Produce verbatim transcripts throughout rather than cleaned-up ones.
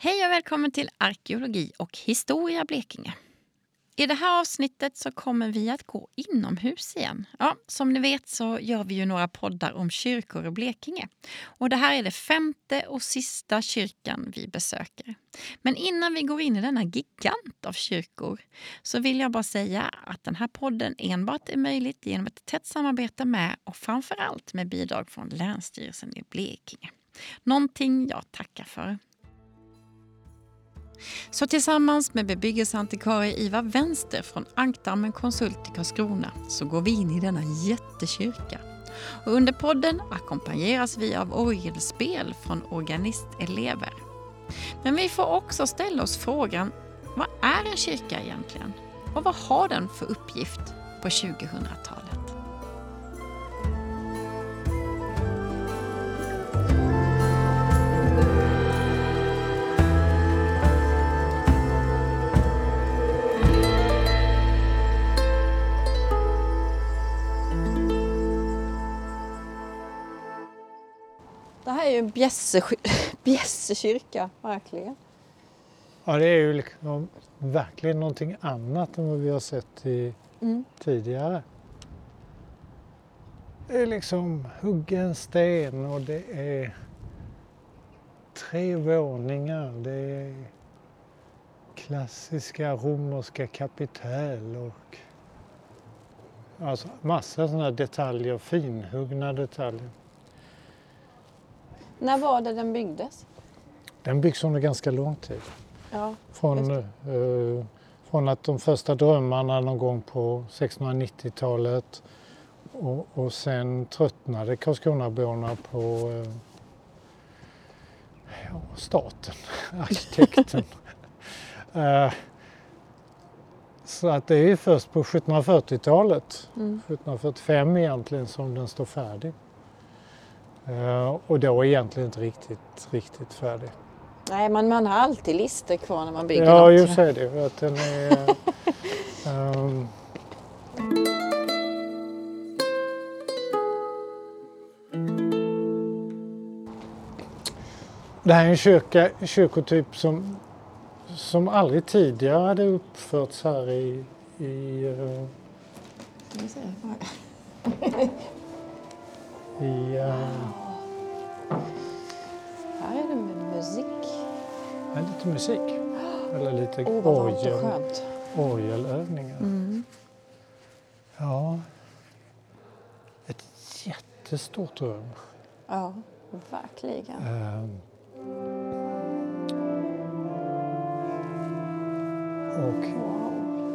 Hej och välkommen till Arkeologi och historia Blekinge. I det här avsnittet så kommer vi att gå inomhus igen. Ja, som ni vet så gör vi ju några poddar om kyrkor i Blekinge. Och det här är det femte och sista kyrkan vi besöker. Men innan vi går in i denna gigant av kyrkor så vill jag bara säga att den här podden enbart är möjligt genom ett tätt samarbete med och framförallt med bidrag från Länsstyrelsen i Blekinge. Någonting jag tackar för. Så tillsammans med bebyggelseantikvarie Ivar Vänster från Ankdammen Konsult i Karlskrona så går vi in i denna jättekyrka. Och under podden ackompanjeras vi av orgelspel från organistelever. Men vi får också ställa oss frågan, vad är en kyrka egentligen? Och vad har den för uppgift på tjugohundratalet? Det här är ju en Bjässe, Bjässe kyrka, verkligen. Ja, det är ju liksom verkligen någonting annat än vad vi har sett i mm. tidigare. Det är liksom huggen sten och det är tre våningar. Det är klassiska romerska kapitel och alltså massa sådana detaljer, finhuggna detaljer. När var det den byggdes? Den byggs under ganska lång tid. Ja, från, eh, från att de första drömmarna någon gång på sextonhundranittiotalet och, och sen tröttnade Karlskronaborna på eh, ja, staten, arkitekten. eh, så att det är först på sjuttonhundrafyrtiotalet, mm. sjuttonhundrafyrtiofem egentligen, som den står färdig. Uh, och då är egentligen inte riktigt, riktigt färdig. Nej, men man har alltid lister kvar när man bygger ja, något. Ja, just det. Att den är, um... Det här är en kyrka, kyrkotyp som, som aldrig tidigare hade uppförts här i... i uh... I, uh... Här är det med musik. Ja, lite musik. Eller lite oh, orgel, orgelövningar. Mm. Ja. Ett jättestort rum. Ja, verkligen. Um... Och... Wow.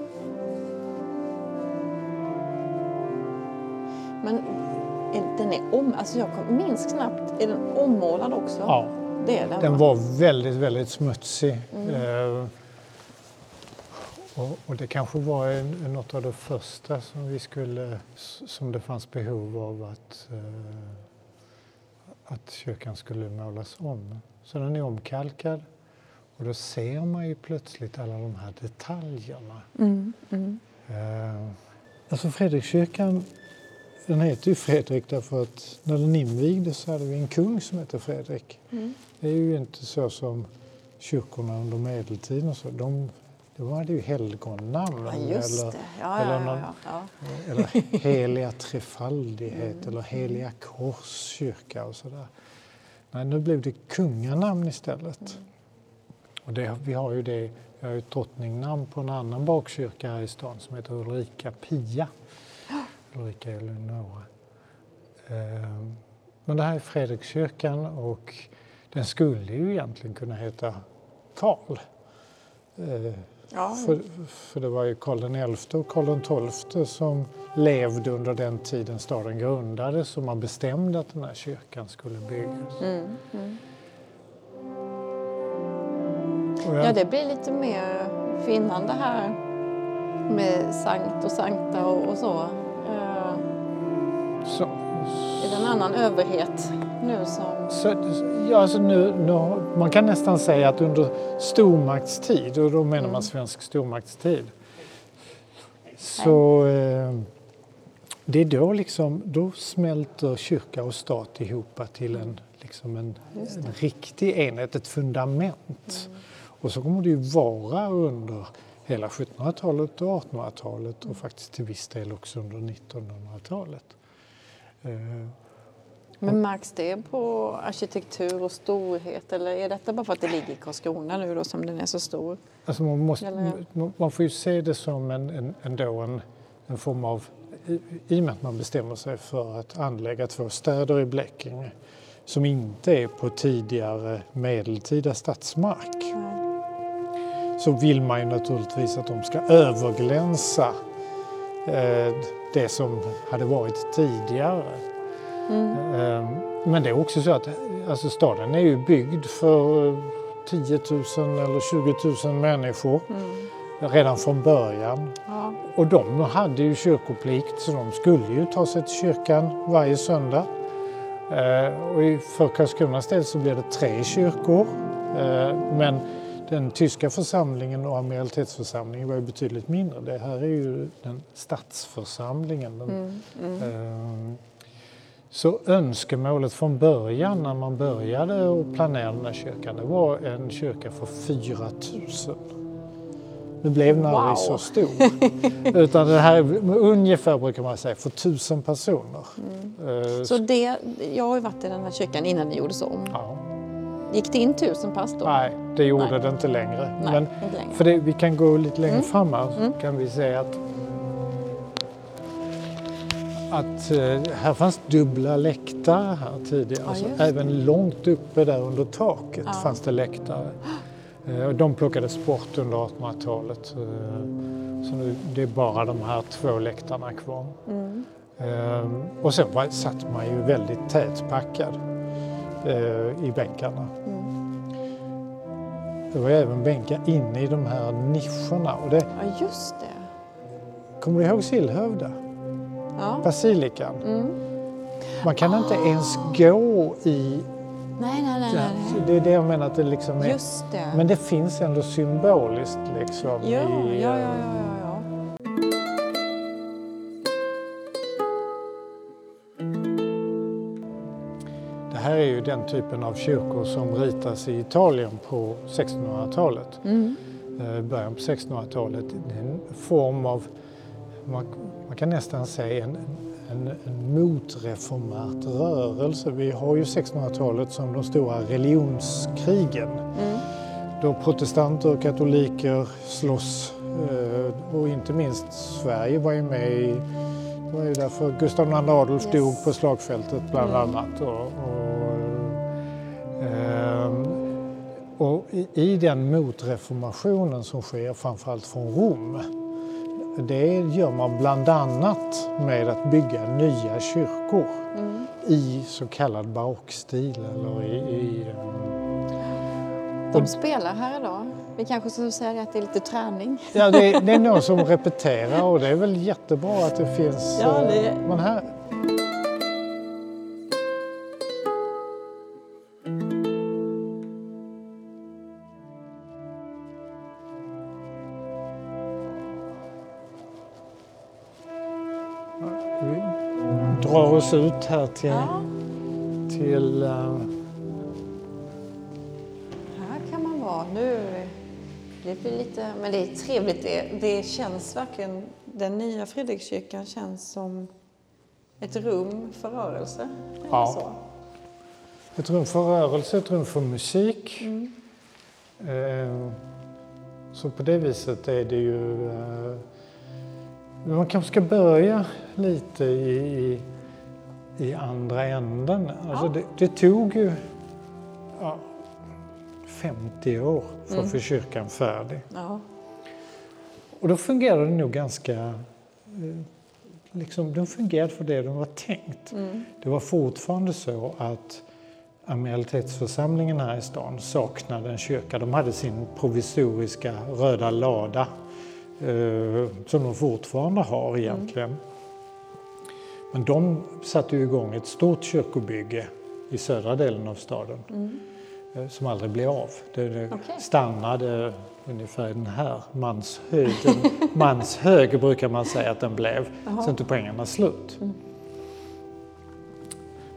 Men den är om, alltså jag minns knappt, är den ommålad också? Ja, det är den, den va? var väldigt, väldigt smutsig. Mm. Eh, och, och det kanske var en, något av det första som vi skulle, som det fanns behov av att, eh, att kyrkan skulle målas om. Så den är omkalkad och då ser man ju plötsligt alla de här detaljerna. Mm. Mm. Eh, alltså Fredrikskyrkan, den heter ju Fredrik därför att när den invigdes så hade vi en kung som heter Fredrik. Mm. Det är ju inte så som kyrkorna under medeltiden. Så de, de hade ju helgonnamn. Ja, just eller, det. Ja, eller, ja, någon, ja, ja. eller heliga trefaldighet mm. eller heliga korskyrka och sådär. Nej, nu blev det kunganamn istället. Mm. Och det, vi har ju det, vi har ju ett drottningnamn på en annan bakkyrka här i stan som heter Ulrika Pia. Ulrika Eleonora. Men det här är Fredrikskyrkan och den skulle ju egentligen kunna heta Karl. Ja. För, för det var ju Karl den elfte och Karl den tolfte som levde under den tiden staden grundades och man bestämde att den här kyrkan skulle byggas. Mm, mm. Jag... Ja, det blir lite mer finnande här med sankt och sankta och, och så. Så, är det en annan överhet nu som... Så, ja, alltså nu, nu, man kan nästan säga att under stormaktstid, och då menar mm. man svensk stormaktstid, så eh, det är då liksom, då smälter kyrka och stat ihop till en liksom en, en riktig enhet, ett fundament. Mm. Och så kommer det ju vara under hela sjuttonhundratalet och artonhundratalet och faktiskt till viss del också under nittonhundratalet. Men märks det på arkitektur och storhet eller är detta bara för att det ligger i Karlskrona nu då som den är så stor? Alltså man, måste, man får ju se det som en, en, ändå en, en form av, i, i och med att man bestämmer sig för att anlägga två städer i Blekinge som inte är på tidigare medeltida stadsmark. Mm. Så vill man ju naturligtvis att de ska överglänsa eh, det som hade varit tidigare. Mm. Men det är också så att alltså staden är ju byggd för tio tusen eller tjugo tusen människor mm. redan från början. Ja. Och de hade ju kyrkoplikt så de skulle ju ta sig till kyrkan varje söndag. Och för Karlskronas del så blev det tre kyrkor. Men den tyska församlingen och amiralitetsförsamlingen var ju betydligt mindre. Det här är ju den stadsförsamlingen. Mm. Mm. Så önskemålet från början när man började och planera den här kyrkan, det var en kyrka för fyra tusen. Nu blev den aldrig wow. så stor. Utan det här ungefär brukar man säga för tusen personer. Mm. Så det, jag har ju varit i den här kyrkan innan det gjordes om. Ja. Gick det in tusen pass då? Nej, det gjorde Nej. det inte längre. Nej, Men inte längre. För det, vi kan gå lite längre mm. fram här så mm. kan vi säga att att eh, här fanns dubbla läktare här tidigare. Ja, alltså, även långt uppe där under taket ja. fanns det läktare. Eh, de plockades bort under artonhundratalet. Eh, så nu det är bara de här två läktarna kvar. Mm. Eh, och sen var, satt man ju väldigt tätpackad eh, i bänkarna. Mm. Det var även bänkar inne i de här nischerna. Och det, ja, just det. Kommer du ihåg Sillhövda? Ja. Basilikan. Mm. Man kan oh. inte ens gå i... Nej, nej, nej. nej. Det är det jag menar att det liksom är... Just det. Men det finns ändå symboliskt liksom. Ja, i, ja, ja, ja, ja. Det här är ju den typen av kyrkor som ritas i Italien på sextonhundratalet. Mm. Början på sextonhundratalet. Det är en form av... Man, man kan nästan säga en, en, en motreformert rörelse. Vi har ju sextonhundratalet som de stora religionskrigen. Mm. Då protestanter och katoliker slåss och inte minst Sverige var ju med i... Det var ju därför Gustav den andre Adolf yes. dog på slagfältet bland mm. annat. Och, och, och, och i, i den motreformationen som sker framförallt från Rom. Det gör man bland annat med att bygga nya kyrkor mm. i så kallad barockstil. Eller i, i, De spelar här idag. Vi kanske skulle säga att det är lite träning. Ja, det är, det är någon som repeterar och det är väl jättebra att det finns... Ja, det... Men här... drar oss ut här till... Ja. till uh... Här kan man vara nu. Det blir lite... Men det är trevligt. Det, det känns verkligen... Den nya Fredrikskyrkan känns som ett rum för rörelse. Ja. Så. Ett rum för rörelse, ett rum för musik. Mm. Uh, så på det viset är det ju... Uh... Man kanske ska börja lite i... i i andra änden. Alltså ja. det, det tog ju ja, femtio år för mm. att få kyrkan färdig. Ja. Och då fungerade det nog ganska... Liksom, den fungerade för det de var tänkt. Mm. Det var fortfarande så att amiralitetsförsamlingen här i stan saknade en kyrka. De hade sin provisoriska röda lada eh, som de fortfarande har egentligen. Mm. Men de satte ju igång ett stort kyrkobygge i södra delen av staden mm. som aldrig blev av. Det, det okay. stannade ungefär den här manshöjden. Manshög brukar man säga att den blev. Aha. Sen tog pengarna slut. Mm.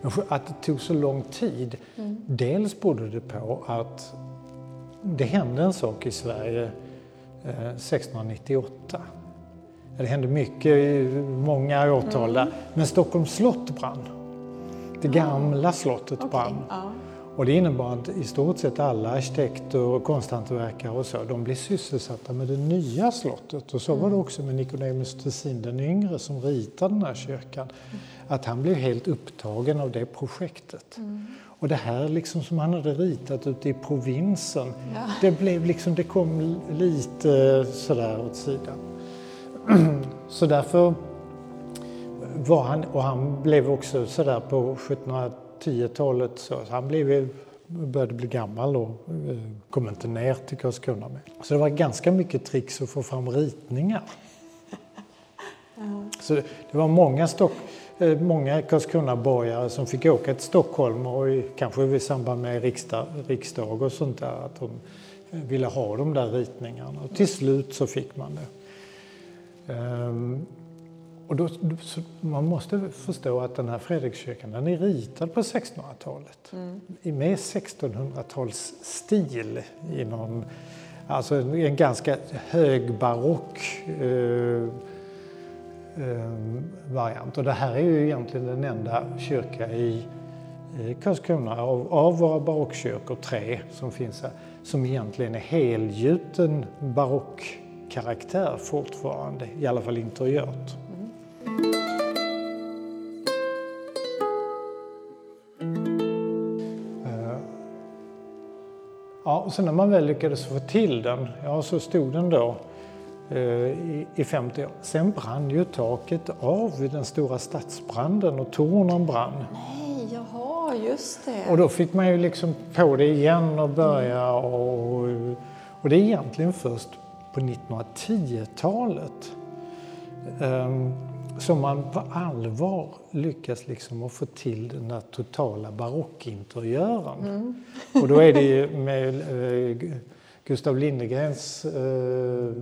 Men att det tog så lång tid, mm. dels berodde det på att det hände en sak i Sverige eh, sextonhundranittioåtta. Det hände mycket i många årtal där, mm. men Stockholms slott brann. Det gamla slottet okay. brann. Ja. Och det innebar att i stort sett alla arkitekter och konsthantverkare och så, de blev sysselsatta med det nya slottet. Och så mm. var det också med Nicodemus Tessin den yngre som ritade den här kyrkan. Mm. Att han blev helt upptagen av det projektet. Mm. Och det här liksom som han hade ritat ute i provinsen, ja. det, blev liksom, det kom lite sådär åt sidan. Så därför var han, och han blev också sådär på sjuttonhundratiotalet, så han blev, började bli gammal och kom inte ner till Karlskrona med. Så det var ganska mycket tricks att få fram ritningar. Så det, det var många, Stock, många Karlskrona-borgare som fick åka till Stockholm och i, kanske i samband med riksdag, riksdag och sånt där, att de ville ha de där ritningarna. Och till slut så fick man det. Um, och då, så man måste förstå att den här Fredrikskyrkan, den är ritad på sextonhundratalet. Mm. Med sextonhundratals-stil i någon, alltså en ganska hög barock uh, um, variant. Och det här är ju egentligen den enda kyrka i, i Karlskrona av, av våra barockkyrkor, tre som finns här, som egentligen är helgjuten barock karaktär fortfarande, i alla fall interiört. Mm. Uh, ja, och sen när man väl lyckades få till den, ja, så stod den då uh, i, i femtio år. Sen brann ju taket av vid den stora stadsbranden och tornen brann. Nej, jaha, just det. Och då fick man ju liksom på det igen och börja mm. och, och det är egentligen först på nittonhundratiotalet um, som man på allvar lyckas liksom att få till den där totala barockinteriören. Mm. Och då är det ju med uh, Gustav Lindegrens uh,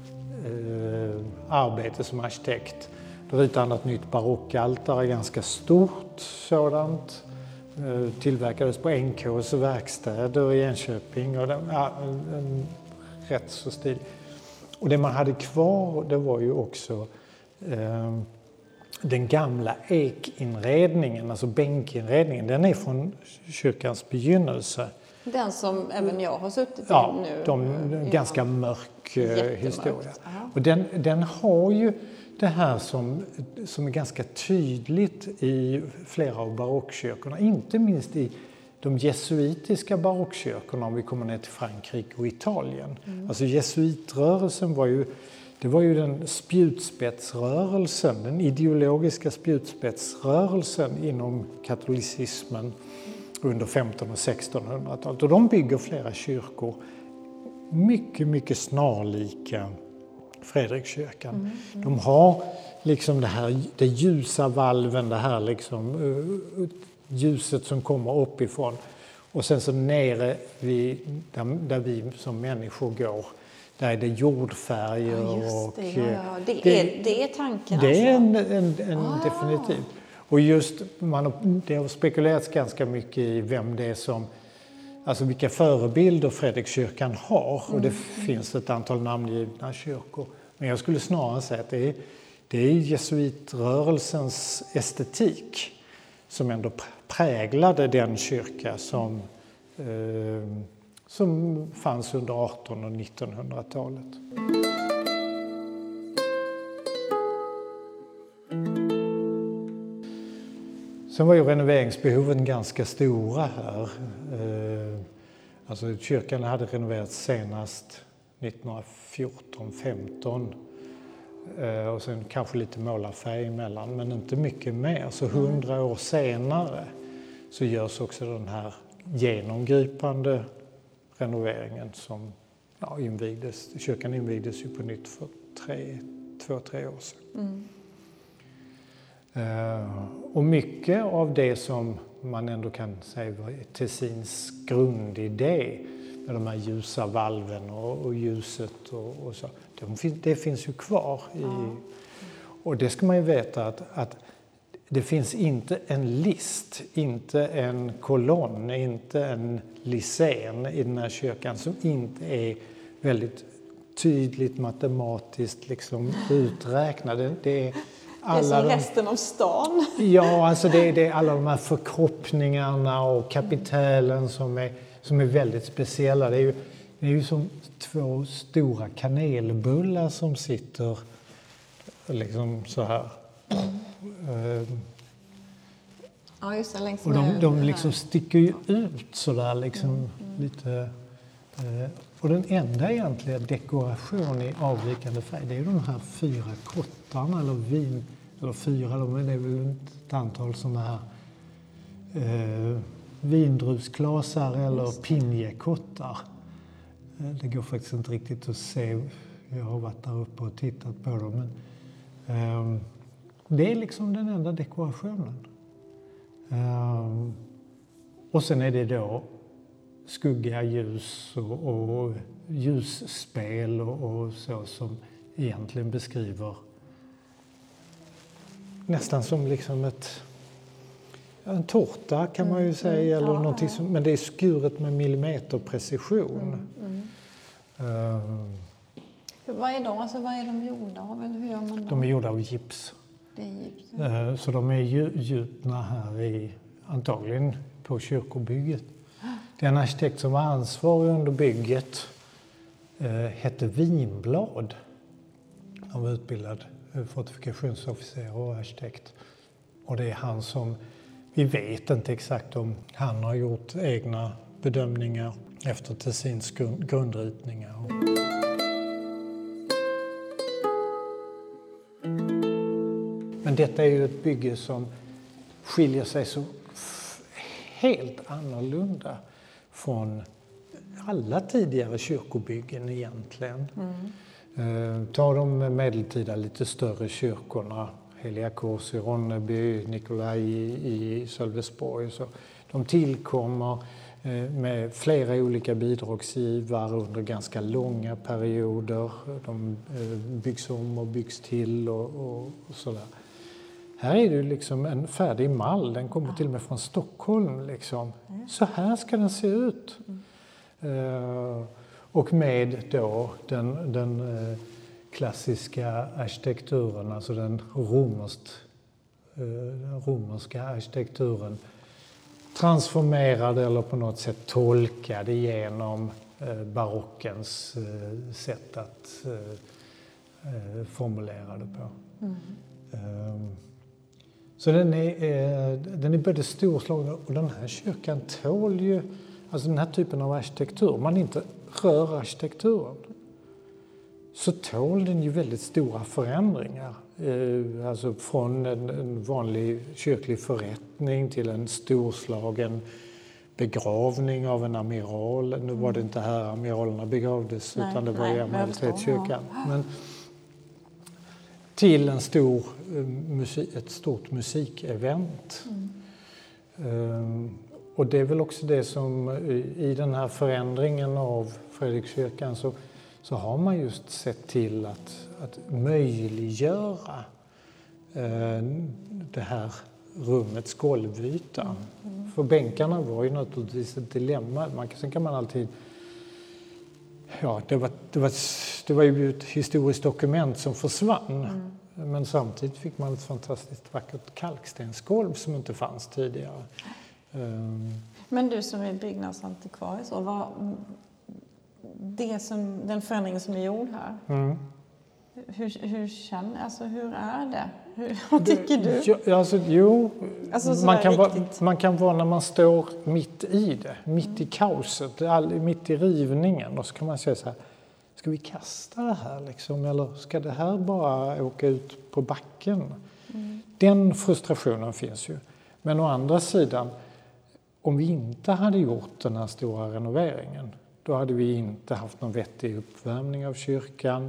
uh, arbete som arkitekt. Då ritade han ett nytt barockaltare, ganska stort sådant. Uh, tillverkades på N K:s verkstäder i Enköping. Och den, ja, en, en rätt så stil. Och det man hade kvar, det var ju också eh, den gamla ekinredningen, alltså bänkinredningen. Den är från kyrkans begynnelse. Den som även jag har suttit i ja, nu. De, ja, ganska mörk eh, historia. Aha. Och den, den har ju det här som, som är ganska tydligt i flera av barockkyrkorna, inte minst i de jesuitiska barockkyrkorna, om vi kommer ner till Frankrike och Italien. Mm. Alltså jesuitrörelsen var ju, det var ju den spjutspetsrörelsen, den ideologiska spjutspetsrörelsen inom katolicismen under femtonhundra- och sextonhundratalet. Och de bygger flera kyrkor mycket, mycket snarlika Fredrikskyrkan. Mm. Mm. De har liksom det här, det ljusa valven, det här liksom uh, ljuset som kommer uppifrån, och sen så nere vid, där, där vi som människor går, där är det jordfärger. Ja, just det, och ja, ja. Det, det, är, det är tanken. Det alltså. är en, en, en ah. definitivt. Och just, man, det har spekulerats ganska mycket i vem det är som, alltså vilka förebilder Fredrikskyrkan har, och det mm. finns ett antal namngivna kyrkor. Men jag skulle snarare säga att det är, det är jesuitrörelsens estetik som ändå präglade den kyrka som, eh, som fanns under artonhundra- och nittonhundratalet. Sen var ju renoveringsbehoven ganska stora här. Eh, alltså kyrkan hade renoverats senast nittonhundrafjorton femton. Och sen kanske lite målarfärg emellan, men inte mycket mer. Så hundra år senare så görs också den här genomgripande renoveringen som ja, invigdes. Kyrkan invigdes ju på nytt för tre, två, tre år sedan. Mm. Uh, och mycket av det som man ändå kan säga var Tessins grundidé, med de här ljusa valven och, och ljuset och, och så. Det, det finns ju kvar. I, ja. Och det ska man ju veta att, att det finns inte en list, inte en kolonn, inte en lisén i den här kyrkan som inte är väldigt tydligt matematiskt liksom uträknad. Det, det är alla det är som de, resten av stan. Ja, alltså det, det är alla de här förkroppningarna och kapitelen som är, som är väldigt speciella. Det är ju, det är ju som två stora kanelbullar som sitter liksom så här. Mm. Ja, just det, längs och de, med de liksom sticker ju ut så där liksom mm. Mm. lite. Eh, och den enda egentliga dekoration i avvikande färg, det är ju de här fyra kottarna eller vin, eller fyra, men det är väl ett antal sådana här eh, vindruvsklasar eller pinjekottar. Eh, det går faktiskt inte riktigt att se. Jag har varit där uppe och tittat på dem, men eh, det är liksom den enda dekorationen. Um, och sen är det då skugga ljus och, och ljusspel och, och så som egentligen beskriver nästan som liksom ett en tårta kan man ju säga mm, eller ja, någonting som, men det är skuret med millimeterprecision. Mm, mm. Um, vad är de? Alltså, vad är de gjorda av? Eller hur gör man dem? De är gjorda av gips. Det är gips. Ja. Så de är gjutna här i, antagligen på kyrkobygget. Den arkitekt som var ansvarig under bygget eh, hette Winblad. Han var utbildad fortifikationsofficer och arkitekt. Och det är han som, vi vet inte exakt om han har gjort egna bedömningar efter Tessins grund, grundritningar. Men detta är ju ett bygge som skiljer sig så helt annorlunda från alla tidigare kyrkobyggen egentligen. Mm. Ta de medeltida lite större kyrkorna, Heliga Kors i Ronneby, Nikolai i Sölvesborg. Så de tillkommer med flera olika bidragsgivare under ganska långa perioder. De byggs om och byggs till och, och, och sådär. Här är det liksom en färdig mall, den kommer till och med från Stockholm. Liksom. Så här ska den se ut. Mm. Uh, och med då den, den uh, klassiska arkitekturen, alltså den romerskt, uh, den romerska arkitekturen transformerad eller på något sätt tolkad genom uh, barockens uh, sätt att uh, uh, formulera det på. Mm. Uh, Så den är, eh, den är både storslagen och den här kyrkan tål ju, alltså den här typen av arkitektur, om man inte rör arkitekturen så tål den ju väldigt stora förändringar. Eh, alltså från en, en vanlig kyrklig förrättning till en storslagen begravning av en amiral. Nu var det inte här amiralerna begravdes nej, utan det var i Majestätskyrkan. Men till en stor, ett stort musikevent. Mm. Um, och det är väl också det som i den här förändringen av Fredrikskyrkan så, så har man just sett till att, att möjliggöra uh, det här rummets golvyta. Mm. Mm. För bänkarna var ju naturligtvis ett dilemma. Man, sen kan man alltid Ja, det var, det, var, det var ju ett historiskt dokument som försvann. Mm. Men samtidigt fick man ett fantastiskt vackert kalkstensgolv som inte fanns tidigare. Um. Men du som är byggnadsantikvarie, så vad, det som, den förändringen som är gjord här, mm. hur, hur känner, alltså hur är det? Hur, vad tycker du? Ja, alltså, jo, alltså, man, kan vara, man kan vara när man står mitt i det, mitt mm. i kaoset, all, mitt i rivningen. Och så kan man säga så här, ska vi kasta det här liksom? Eller ska det här bara åka ut på backen? Mm. Den frustrationen finns ju. Men å andra sidan, om vi inte hade gjort den här stora renoveringen, då hade vi inte haft någon vettig uppvärmning av kyrkan.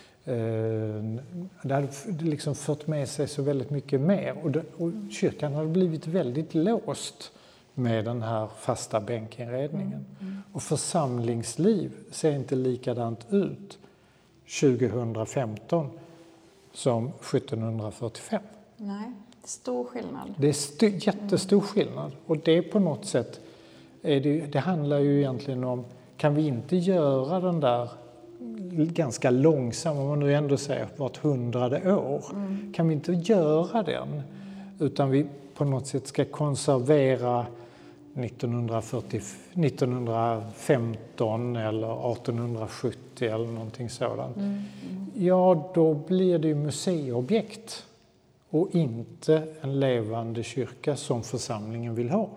Det hade liksom fört med sig så väldigt mycket mer och, det, och kyrkan hade blivit väldigt låst med den här fasta bänkinredningen. Mm. Mm. Och församlingsliv ser inte likadant ut tjugohundrafemton som sjuttonhundrafyrtiofem. Nej, Stor skillnad. Det är st- jättestor skillnad. Och det på något sätt, är det, det handlar ju egentligen om, kan vi inte göra den där ganska långsam, om man nu ändå säger vart hundrade år, mm. kan vi inte göra den, utan vi på något sätt ska konservera nittonhundrafyrtio, nittonhundrafemton eller artonhundrasjuttio eller någonting sådant. Mm. Mm. Ja, då blir det ju museiobjekt och inte en levande kyrka som församlingen vill ha.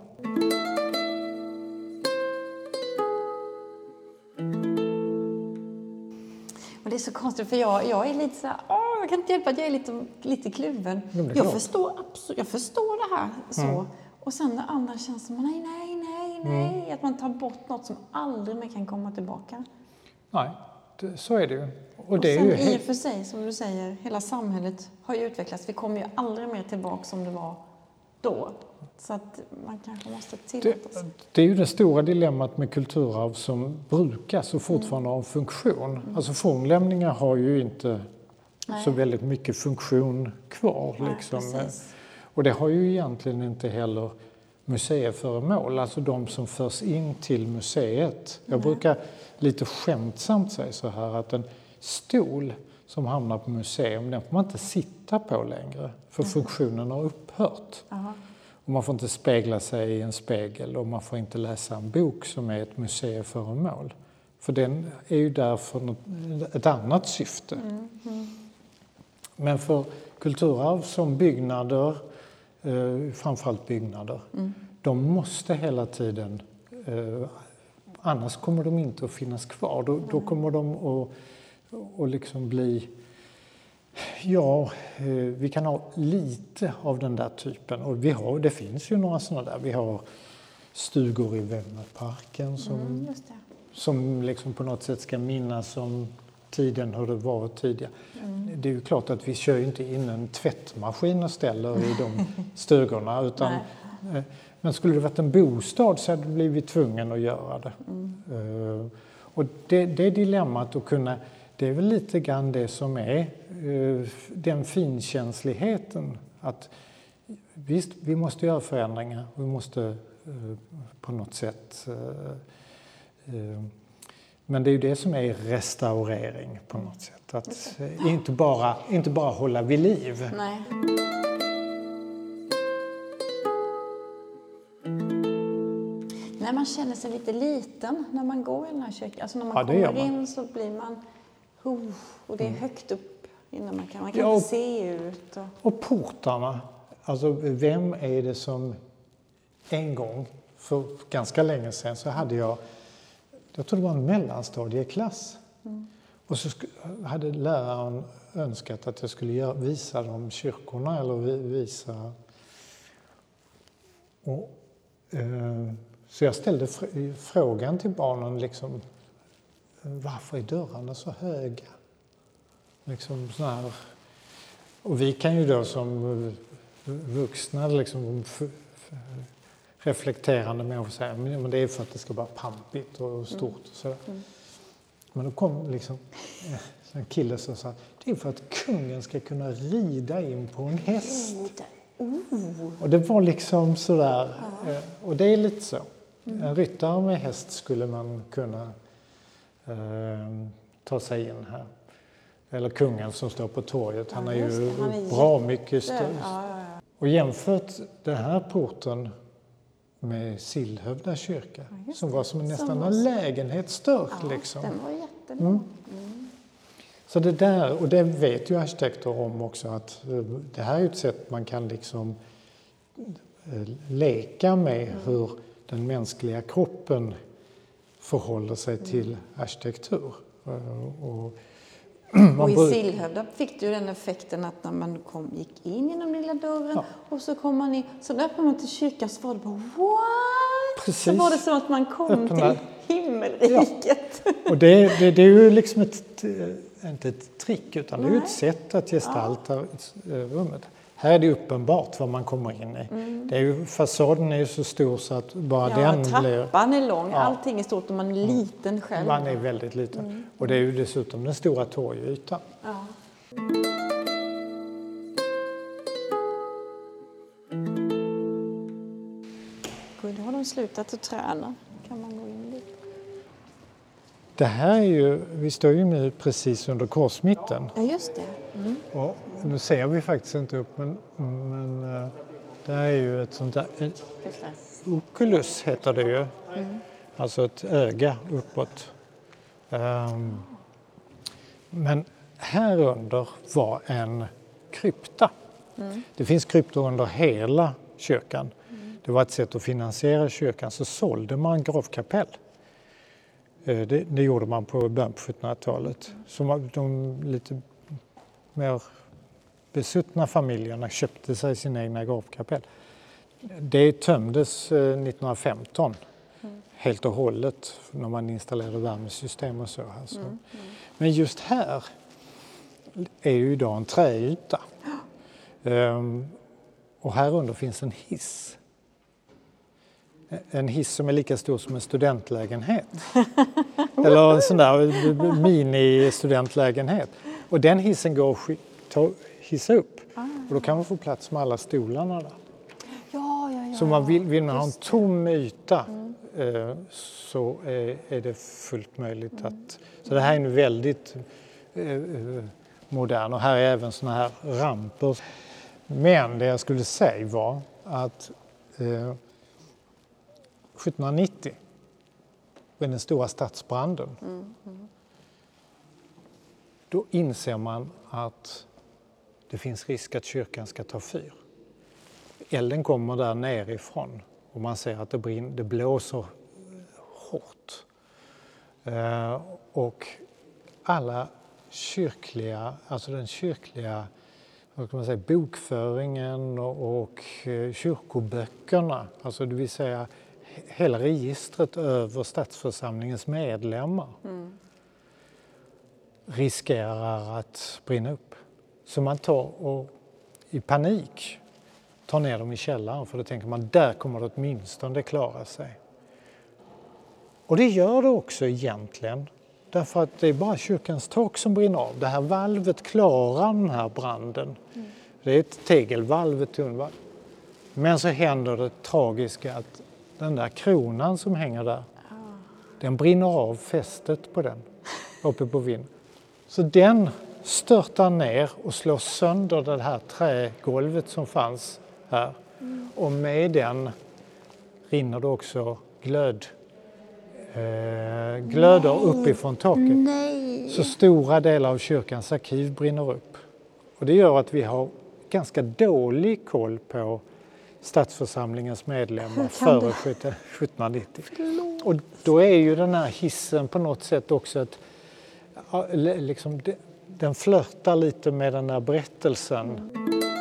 Och det är så konstigt, för jag, jag är lite så här, åh, jag kan inte hjälpa att jag är lite, lite kluven. Jag förstår, absolut, jag förstår det här så. Mm. Och sen när andra känns som, nej, nej, nej, nej. Mm. Att man tar bort något som aldrig mer kan komma tillbaka. Nej, det, så är det ju. Och, och det sen är ju i och för sig, som du säger, hela samhället har ju utvecklats. Vi kommer ju aldrig mer tillbaka som det var då. Så att man kanske måste tillåta sig. Det, det är ju det stora dilemmat med kulturarv som brukas och fortfarande mm. har en funktion. Mm. Alltså fornlämningar har ju inte Nej. så väldigt mycket funktion kvar. Nej, liksom. Precis. Och det har ju egentligen inte heller museiföremål, alltså de som förs in till museet. Jag mm. brukar lite skämtsamt säga så här att en stol som hamnar på museum, den får man inte sitta på längre, för mm. funktionen har upphört. Aha. Och man får inte spegla sig i en spegel och man får inte läsa en bok som är ett museiföremål. För den är ju där för något, ett annat syfte. Mm. Mm. Men för kulturarv som byggnader, eh, framförallt byggnader, mm. de måste hela tiden, eh, annars kommer de inte att finnas kvar. Då, mm. då kommer de att, att liksom bli, ja, eh, vi kan ha lite av den där typen. Och vi har, det finns ju några sådana där. Vi har stugor i Vemmerparken som, mm, just det. som liksom på något sätt ska minnas om tiden hur det var tidigare. Mm. Det är ju klart att vi kör ju inte in en tvättmaskin och ställer i de stugorna. Utan, eh, men skulle det varit en bostad så hade vi blivit tvungen att göra det. Mm. Uh, och det, det dilemmat att kunna, det är väl lite grann det som är uh, den finkänsligheten. Att visst, vi måste göra förändringar. Vi måste uh, på något sätt uh, uh, men det är ju det som är restaurering på något sätt. Att inte bara, inte bara hålla vid liv. Nej. När man känner sig lite liten när man går i den här kyrkan. Alltså när man ja, kommer man. in så blir man... Oh, och det är mm. högt upp innan man kan, man kan ja, och, inte se ut. Och... och portarna. Alltså vem är det som en gång, för ganska länge sedan, så hade jag... Jag tror det var en mellanstadieklass. Mm. Och så hade läraren önskat att jag skulle göra, visa dem kyrkorna eller visa... Och, eh, så jag ställde fr- frågan till barnen liksom, varför är dörrarna så höga? Liksom sån här, och vi kan ju då som vuxna liksom... F- f- reflekterande människor säger men det är för att det ska vara pampigt och stort. Mm. Och sådär. Mm. Men då kom liksom en kille som sa det är för att kungen ska kunna rida in på en häst. Oh. Och det var liksom sådär. Ja. Och det är lite så. Mm. En ryttare med häst skulle man kunna eh, ta sig in här. Eller kungen som står på torget. Ja, han är ju han är bra jätte... mycket större. Ja, ja, ja. Och jämfört den här porten med Sillhövda kyrka, ja, som var som nästan som en lägenhetsdörr. Ja, liksom. Den var jättelång. Mm. Mm. Så det där, och det vet ju arkitekter om också, att det här är ett sätt man kan liksom leka med mm. hur den mänskliga kroppen förhåller sig mm. till arkitektur. Och, och i Sillhövda fick du den effekten att när man kom, gick in genom den lilla dörren ja. och så kom man in, så öppnade man till kyrkan så var det bara what? Precis. Så var det som att man kom Öppna. till himmelriket. Ja. Och det, det, det är ju liksom ett, inte ett trick utan Nej. det är ju ett sätt att gestalta ja. rummet. Här är det uppenbart vad man kommer in i. Mm. Det är ju, fasaden är ju så stor så att bara ja, den trappan blir... trappan är lång, ja. allting är stort och man är liten själv. Man är väldigt liten. Mm. Och det är ju dessutom den stora torgytan. Ja. slutat att träna. Kan man gå in dit? Det här är ju, vi står ju nu precis under korsmitten. Ja, just det. Mm. Och nu ser vi faktiskt inte upp, men, men eh, det här är ju ett sånt där, en Just det. oculus heter det ju. Mm. Alltså ett öga uppåt. Um, men här under var en krypta. Mm. Det finns kryptor under hela kyrkan. Mm. Det var ett sätt att finansiera kyrkan, så sålde man gravkapell. Det, det gjorde man på början på sjuttonhundratalet. Så de lite mer besuttna familjerna köpte sig sina egna gravkapell. Det tömdes nittonhundrafemton mm. helt och hållet när man installerade värmesystem och så. Alltså. Mm. Mm. Men just här är ju idag en träyta. Um, och här under finns en hiss. En hiss som är lika stor som en studentlägenhet. Eller en sån där mini-studentlägenhet. Och den hissen går att hissa upp. Ah. Och då kan man få plats med alla stolarna där. Ja, ja, ja. Så man vill, vill man ha en tom yta mm. eh, så är, är det fullt möjligt att... Mm. Så det här är nu väldigt eh, modern. Och här är även såna här ramper. Men det jag skulle säga var att... Eh, sjuttonhundranittio var den stora stadsbranden. Mm, mm. Då inser man att det finns risk att kyrkan ska ta fyr. Elden kommer där nerifrån och man ser att det, brinner, det blåser hårt. Eh, och alla kyrkliga, alltså den kyrkliga vad kan man säga, bokföringen och, och kyrkoböckerna, alltså det vill säga hela registret över stadsförsamlingens medlemmar mm. riskerar att brinna upp. Så man tar och i panik tar ner dem i källaren, för då tänker man där kommer det åtminstone klara sig. Och det gör det också egentligen, därför att det är bara kyrkans tak som brinner av. Det här valvet klarar den här branden. Mm. Det är ett tegelvalv, ett tunnvalv. Men så händer det tragiska att den där kronan som hänger där, ah. den brinner av fästet på den, uppe på vinden. Så den störtar ner och slår sönder det här trägolvet som fanns här. Mm. Och med den rinner det också glöd, eh, glöder Nej. uppifrån taket. Nej. Så stora delar av kyrkans arkiv brinner upp. Och det gör att vi har ganska dålig koll på stadsförsamlingens medlemmar före sjuttonhundranittio. Förlåt. Och då är ju den här hissen på något sätt också ett, liksom, den flörtar lite med den här berättelsen.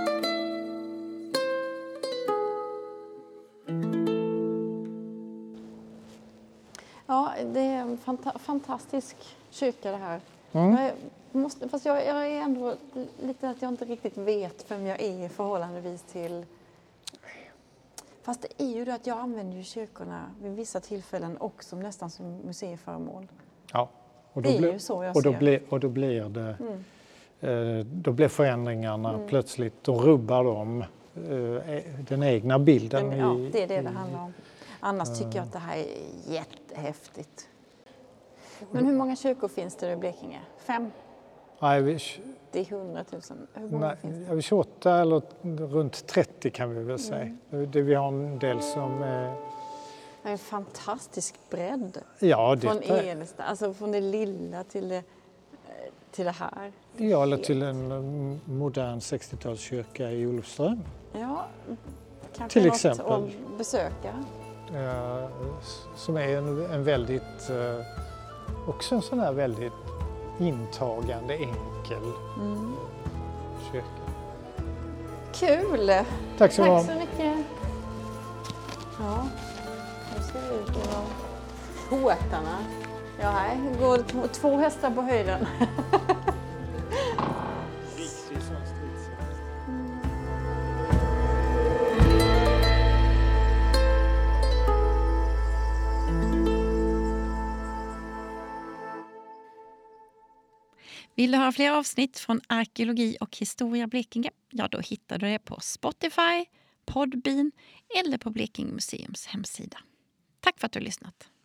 Ja, det är en fanta- fantastisk kyrka det här. Mm. Jag måste, fast jag, jag är ändå lite att jag inte riktigt vet vem jag är i förhållandevis till... Fast det är ju det att jag använder ju kyrkorna vid vissa tillfällen också nästan som museiföremål. Ja, och då det är blir, ju så jag och då ser. Blir, och då blir det... Mm. Eh, då blir förändringarna mm. plötsligt, då rubbar de eh, den egna bilden. Den, i, ja, det är det det handlar om. Annars uh, tycker jag att det här är jättehäftigt. Men hur många kyrkor finns det i Blekinge? Fem? Nej, vi, det är hundratusen. Hur många nej, finns det? Vi tjugoåtta eller runt trettio kan vi väl säga. Mm. Det, vi har en del som... Eh, det är en fantastisk bredd. Ja, det från Elesta, alltså från det lilla till det, till det här. Ja, eller till en modern sextiotalskyrka i Olofström. Ja, kanske till något exempel. Att besöka. Eh, som är en, en väldigt... Eh, också en sån här väldigt intagande, enkel mm. kyrka. Kul! Tack så, Tack så mycket. Ja, nu ska vi ut genom portarna. Ja, här går två hästar på höjden. Riktigt sån stridshäst. Vill du höra fler avsnitt från Arkeologi och historia Blekinge? Ja, då hittar du det på Spotify, Podbean eller på Blekinge museums hemsida. Tack för att du har lyssnat.